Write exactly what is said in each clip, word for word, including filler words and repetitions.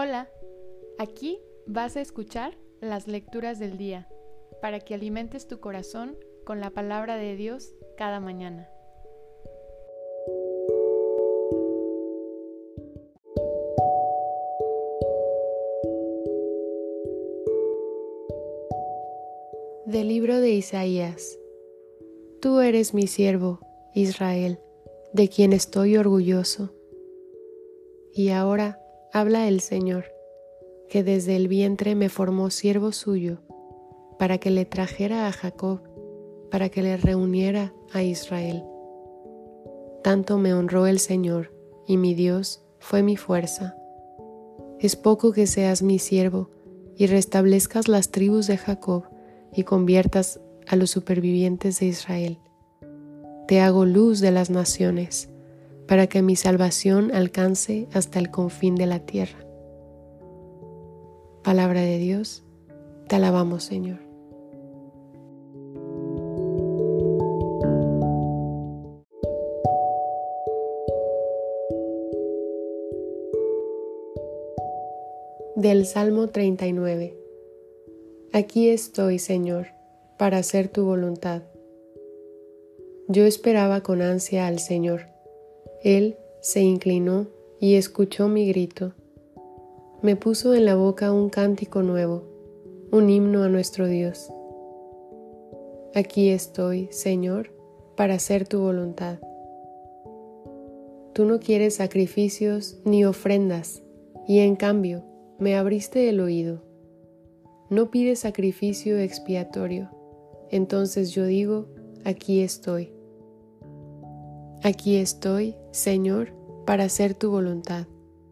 Hola, aquí vas a escuchar las lecturas del día para que alimentes tu corazón con la palabra de Dios cada mañana. Del libro de Isaías. Tú eres mi siervo, Israel, de quien estoy orgulloso. Y ahora habla el Señor, que desde el vientre me formó siervo suyo, para que le trajera a Jacob, para que le reuniera a Israel. Tanto me honró el Señor, y mi Dios fue mi fuerza. Es poco que seas mi siervo, y restablezcas las tribus de Jacob, y conviertas a los supervivientes de Israel. Te hago luz de las naciones, para que mi salvación alcance hasta el confín de la tierra. Palabra de Dios, te alabamos, Señor. Del Salmo treinta y nueve. Aquí estoy, Señor, para hacer tu voluntad. Yo esperaba con ansia al Señor. Él se inclinó y escuchó mi grito. Me puso en la boca un cántico nuevo, un himno a nuestro Dios. Aquí estoy, Señor, para hacer tu voluntad. Tú no quieres sacrificios ni ofrendas, y en cambio me abriste el oído. No pides sacrificio expiatorio, entonces yo digo, aquí estoy. Aquí estoy, Señor, para hacer tu voluntad.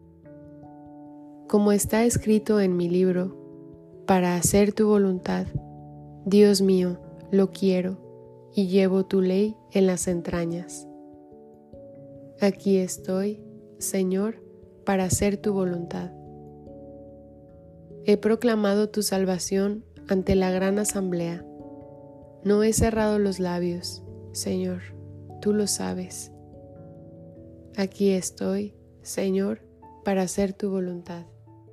Como está escrito en mi libro, para hacer tu voluntad, Dios mío, lo quiero, y llevo tu ley en las entrañas. Aquí estoy, Señor, para hacer tu voluntad. He proclamado tu salvación ante la gran asamblea. No he cerrado los labios, Señor, tú lo sabes. Aquí estoy, Señor, para hacer tu voluntad.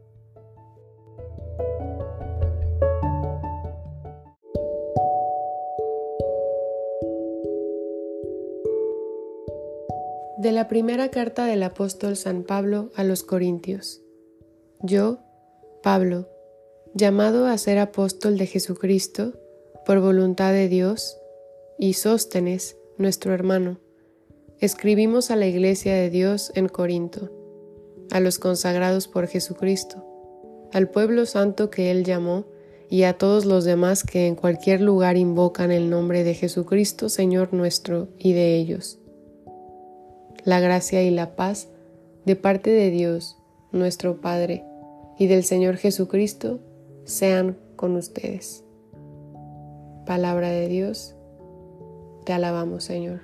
De la primera carta del apóstol San Pablo a los Corintios. Yo, Pablo, llamado a ser apóstol de Jesucristo, por voluntad de Dios, y Sóstenes, nuestro hermano, escribimos a la iglesia de Dios en Corinto, a los consagrados por Jesucristo, al pueblo santo que Él llamó, y a todos los demás que en cualquier lugar invocan el nombre de Jesucristo, Señor nuestro, y de ellos. La gracia y la paz de parte de Dios, nuestro Padre, y del Señor Jesucristo, sean con ustedes. Palabra de Dios, te alabamos, Señor.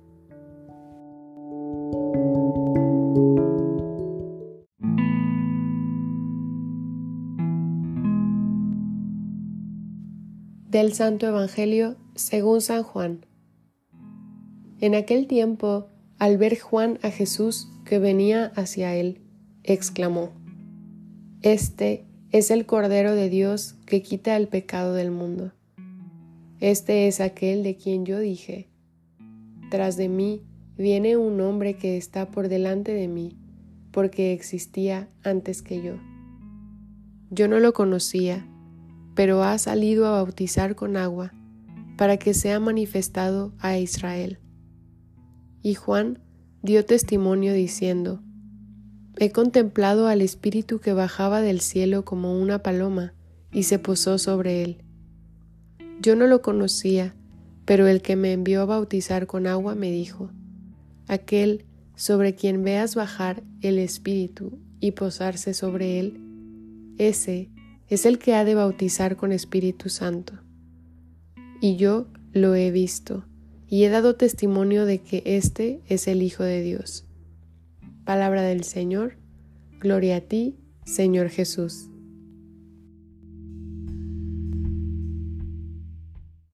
Del Santo Evangelio según San Juan. En aquel tiempo, al ver Juan a Jesús que venía hacia él, exclamó: Este es el Cordero de Dios que quita el pecado del mundo. Este es aquel de quien yo dije: Tras de mí viene un hombre que está por delante de mí, porque existía antes que yo. Yo no lo conocía, pero ha salido a bautizar con agua, para que sea manifestado a Israel. Y Juan dio testimonio diciendo: He contemplado al Espíritu que bajaba del cielo como una paloma y se posó sobre él. Yo no lo conocía, pero el que me envió a bautizar con agua me dijo: Aquel sobre quien veas bajar el Espíritu y posarse sobre él, ese es el que ha de bautizar con Espíritu Santo. Y yo lo he visto, y he dado testimonio de que éste es el Hijo de Dios. Palabra del Señor, gloria a ti, Señor Jesús.